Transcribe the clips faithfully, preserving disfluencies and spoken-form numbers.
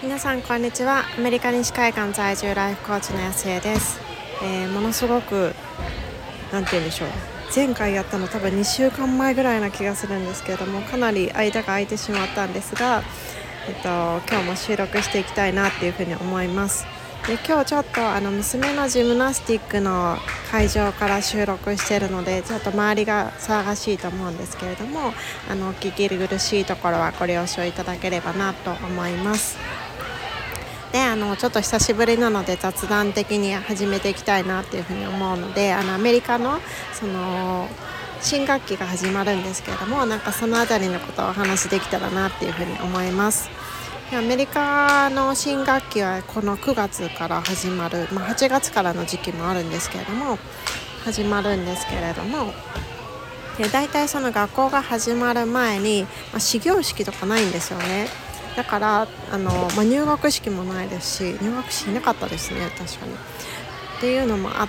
皆さんこんにちは。アメリカ西海岸在住ライフコーチの安江です。えー、ものすごくなんて言うんでしょう、前回やったの多分にしゅうかんまえぐらいな気がするんですけれども、かなり間が空いてしまったんですが、えっと、今日も収録していきたいなっていうふうに思います。で今日ちょっとあの娘のジムナスティックの会場から収録しているので、ちょっと周りが騒がしいと思うんですけれども、あのお聞き苦しいところはご了承いただければなと思います。であのちょっと久しぶりなので雑談的に始めていきたいなっていうふうに思うので、あのアメリカのその新学期が始まるんですけれども、なんかそのあたりのことをお話しできたらなっていうふうに思います。アメリカの新学期はこのくがつから始まる、まあ、はちがつからの時期もあるんですけれども始まるんですけれどもで大体その学校が始まる前に、まあ、始業式とかないんですよね。だからあの、まあ、入学式もないですし、入学式なかったですね、確かに。っていうのもあって、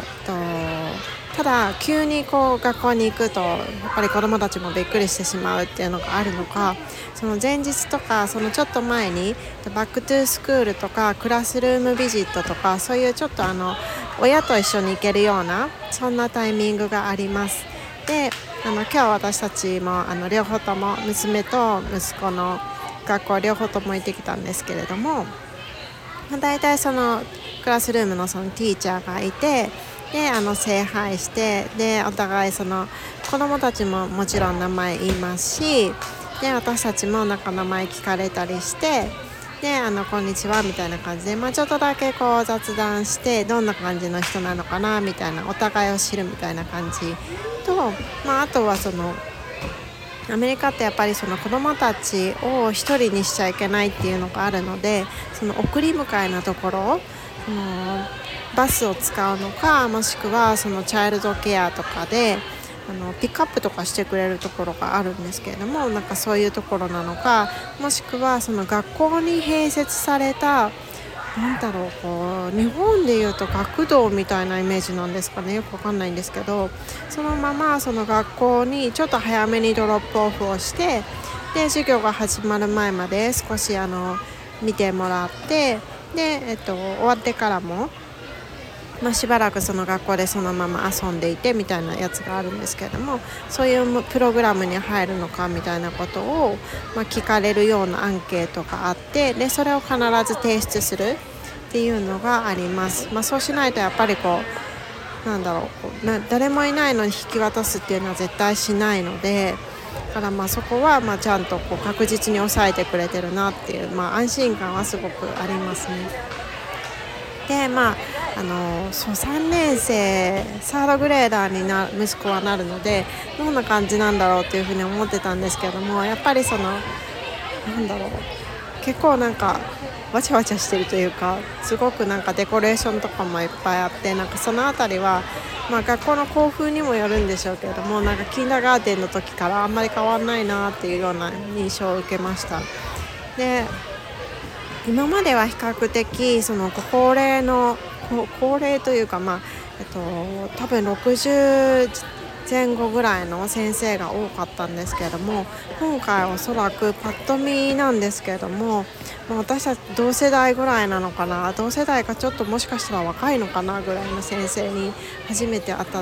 とただ急にこう学校に行くとやっぱり子どもたちもびっくりしてしまうっていうのがあるのか、その前日とかそのちょっと前にバックトゥースクールとかクラスルームビジットとか、そういうちょっとあの親と一緒に行けるようなそんなタイミングがあります。であの今日私たちもあの両方とも娘と息子の学校両方とも行ってきたんですけれども、まあ、大体そのクラスルームのそのティーチャーがいて、であの聖杯して、でお互いその子どもたちももちろん名前言いますし、で私たちもなんか名前聞かれたりして、であのこんにちはみたいな感じで、まあ、ちょっとだけこう雑談して、どんな感じの人なのかなみたいな、お互いを知るみたいな感じと、まあ、あとはそのアメリカってやっぱりその子どもたちを一人にしちゃいけないっていうのがあるので、その送り迎えのところ、そのバスを使うのか、もしくはそのチャイルドケアとかであのピックアップとかしてくれるところがあるんですけれども、なんかそういうところなのか、もしくはその学校に併設された、なんだろう、こう日本でいうと学童みたいなイメージなんですかね、よくわかんないんですけど、そのままその学校にちょっと早めにドロップオフをして、で授業が始まる前まで少しあの見てもらって、で、えっと、終わってからもまあ、しばらくその学校でそのまま遊んでいてみたいなやつがあるんですけれども、そういうプログラムに入るのかみたいなことを、まあ、聞かれるようなアンケートがあって、でそれを必ず提出するっていうのがあります。まあ、そうしないとやっぱりこうなんだろうこうな誰もいないのに引き渡すっていうのは絶対しないので、だからまあそこはまあちゃんとこう確実に抑えてくれてるなっていう、まあ、安心感はすごくありますね。でまああのそうさんねん生サードグレーダーにな息子はなるので、どんな感じなんだろうっていうふうに思ってたんですけども、やっぱりそのなんだろう結構なんかわちゃわちゃしてるというか、すごくなんかデコレーションとかもいっぱいあって、なんかそのあたりは、まあ、学校の校風にもよるんでしょうけれども、なんかキンダーガーデンの時からあんまり変わんないなっていうような印象を受けました。で今までは比較的その高齢の高齢というか、まあえっと、多分ろくじゅう前後ぐらいの先生が多かったんですけれども、今回おそらくパッと見なんですけれども、まあ、私たち同世代ぐらいなのかな、同世代かちょっともしかしたら若いのかなぐらいの先生に初めて当たって、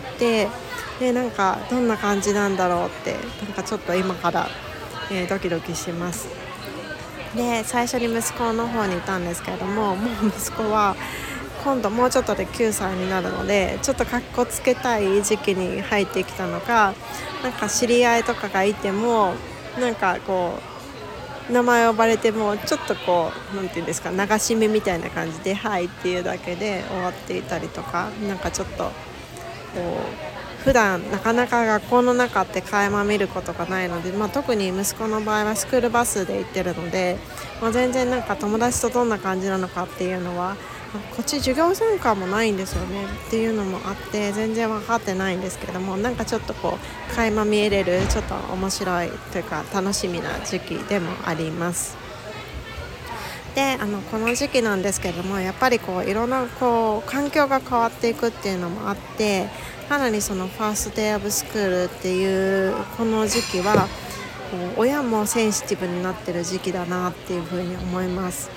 でなんかどんな感じなんだろうって、なんかちょっと今から、えー、ドキドキします。で最初に息子の方にいたんですけれども、もう息子は今度もうちょっとできゅうさいになるので、ちょっとかっこつけたい時期に入ってきたのか、なんか知り合いとかがいてもなんかこう名前呼ばれてもちょっとこうなんていうんですか、流し目みたいな感じではいっていうだけで終わっていたりとか、なんかちょっとこう普段なかなか学校の中って垣間見ることがないので、まあ、特に息子の場合はスクールバスで行ってるので、まあ、全然なんか友達とどんな感じなのかっていうのはこっち授業参観もないんですよねっていうのもあって、全然分かってないんですけども、なんかちょっとこう垣間見えれるちょっと面白いというか楽しみな時期でもあります。であのこの時期なんですけども、やっぱりこういろんなこう環境が変わっていくっていうのもあって、かなりそのファーストデイオブスクールっていうこの時期はこう親もセンシティブになってる時期だなっていうふうに思います。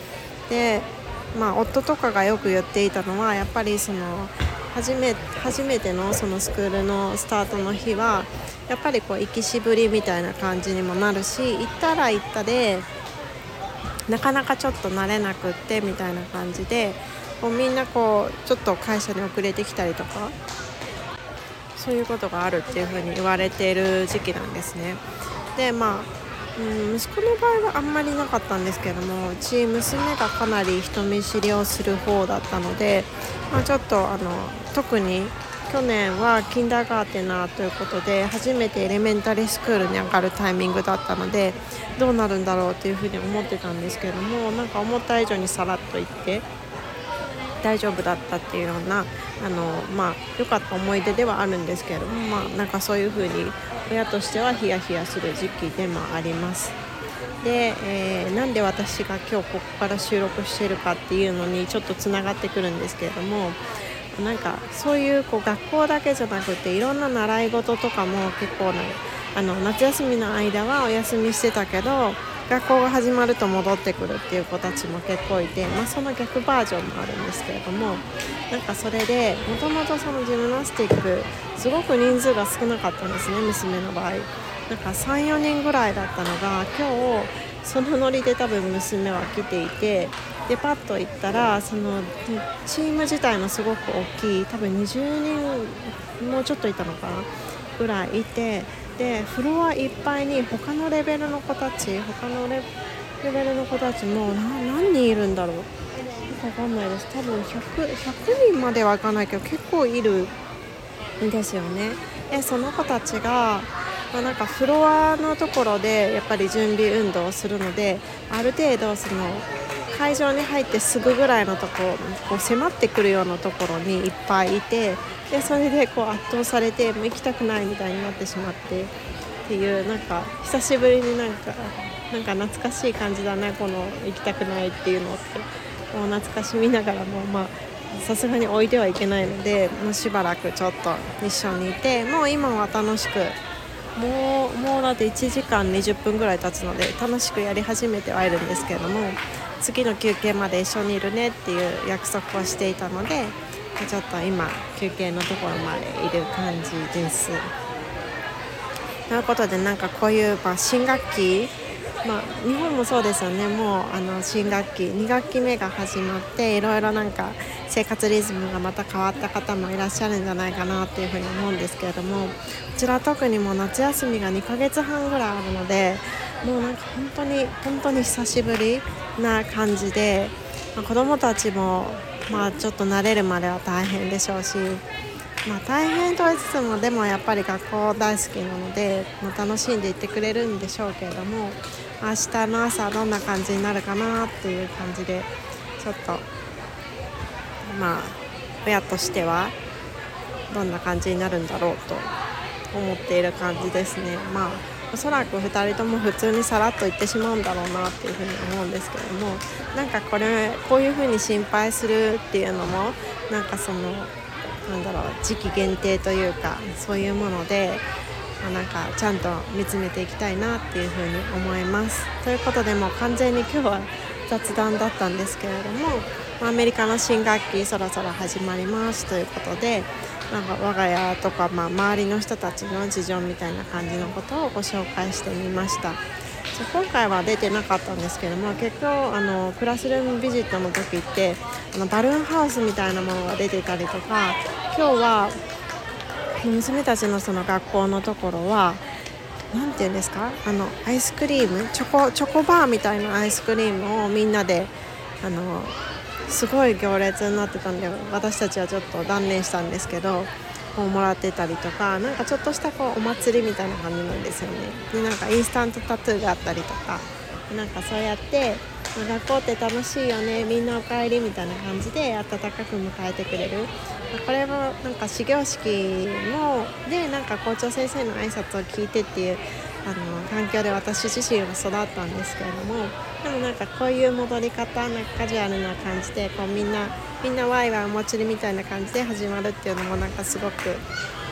で、まあ、夫とかがよく言っていたのはやっぱりその初め、初めてのそのスクールのスタートの日はやっぱりこう行きしぶりみたいな感じにもなるし、行ったら行ったでなかなかちょっと慣れなくってみたいな感じで、こうみんなこうちょっと会社に遅れてきたりとかそういうことがあるっていう風に言われている時期なんですね。でまあうん息子の場合はあんまりなかったんですけども、うち娘がかなり人見知りをする方だったので、まあ、ちょっとあの特に去年はキンダーガーテナーということで初めてエレメンタリースクールに上がるタイミングだったので、どうなるんだろうというふうに思ってたんですけども、なんか思った以上にさらっといって大丈夫だったっていうようなあの、まあ、良かった思い出ではあるんですけれども、まあ、なんかそういうふうに親としてはヒヤヒヤする時期でもあります。で、えー、なんで私が今日ここから収録しているかっていうのにちょっとつながってくるんですけれども、なんかそういう、こう学校だけじゃなくていろんな習い事とかも結構ね、あの夏休みの間はお休みしてたけど学校が始まると戻ってくるっていう子たちも結構いて、まあ、その逆バージョンもあるんですけれども、なんかそれでもともとそのジムナスティックすごく人数が少なかったんですね、娘の場合。なんか さん,よ 人ぐらいだったのが今日そのノリで多分娘は来ていて、でパッと行ったらそのチーム自体もすごく大きい、多分にじゅうにんもうちょっといたのかなぐらいいて、でフロアいっぱいに他のレベルの子たち他のレベルの子たちも何人いるんだろう、分かんないです。多分 ひゃく, ひゃくにんまではいかないけど結構いるんですよね。でその子たちがまあ、なんかフロアのところでやっぱり準備運動をするので、ある程度その会場に入ってすぐぐらいのところ、こう迫ってくるようなところにいっぱいいて、でそれでこう圧倒されてもう行きたくないみたいになってしまってっていう、なんか久しぶりになんかなんか懐かしい感じだな、この行きたくないっていうのって。もう懐かしみながらもまあさすがに置いてはいけないので、もうしばらくちょっと一緒にいて、もう今は楽しくもう、もうだっていちじかんにじゅっぷんぐらい経つので楽しくやり始めてはいるんですけれども、次の休憩まで一緒にいるねっていう約束をしていたので、ちょっと今休憩のところまでいる感じです。ということで、なんかこういう、まあ、新学期、まあ、日本もそうですよね。もうあの新学期に学期目が始まっていろいろなんか生活リズムがまた変わった方もいらっしゃるんじゃないかなっていうふうに思うんですけれども、こちら特にもう夏休みがにかげつはんぐらいあるので、もうなんか本当に本当に久しぶりな感じで、まあ、子どもたちもまあちょっと慣れるまでは大変でしょうし、まあ、大変とは言いつつもでもやっぱり学校大好きなので、まあ、楽しんでいってくれるんでしょうけれども、明日の朝どんな感じになるかなっていう感じで、ちょっとまあ親としてはどんな感じになるんだろうと思っている感じですね。まあおそらくふたりとも普通にさらっと言ってしまうんだろうなっていうふうに思うんですけれども、なんかこれこういうふうに心配するっていうのもなんかそのなんだろう時期限定というかそういうもので、まあ、なんかちゃんと見つめていきたいなっていうふうに思います。ということで、もう完全に今日は雑談だったんですけれども、まあ、アメリカの新学期そろそろ始まりますということで、なんか我が家とか、まあ、周りの人たちの事情みたいな感じのことをご紹介してみました。今回は出てなかったんですけども、結構あのクラスルームビジットの時ってあのバルーンハウスみたいなものが出てたりとか、今日は娘たちのその学校のところはなんていうんですか、あのアイスクリームチョコチョコバーみたいなアイスクリームをみんなであのすごい行列になってたんで、私たちはちょっと断念したんですけどをもらってたりとか、なんかちょっとしたこうお祭りみたいな感じなんですよね。でなんかインスタントタトゥーがあったりとか、なんかそうやって学校って楽しいよね、みんなお帰りみたいな感じで温かく迎えてくれる。これもなんか始業式のでなんか校長先生の挨拶を聞いてっていうあの環境で私自身は育ったんですけれども、でもなんかこういう戻り方、なんかカジュアルな感じでこうみんなみんなワイワイお祭りみたいな感じで始まるっていうのもなんかすごく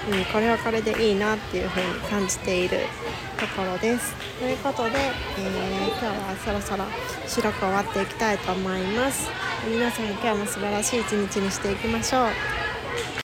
うん、これはこれでいいなっていう風に感じているところです。ということで、えー、今日はそろそろ白く終わっていきたいと思います。皆さん今日も素晴らしい一日にしていきましょう。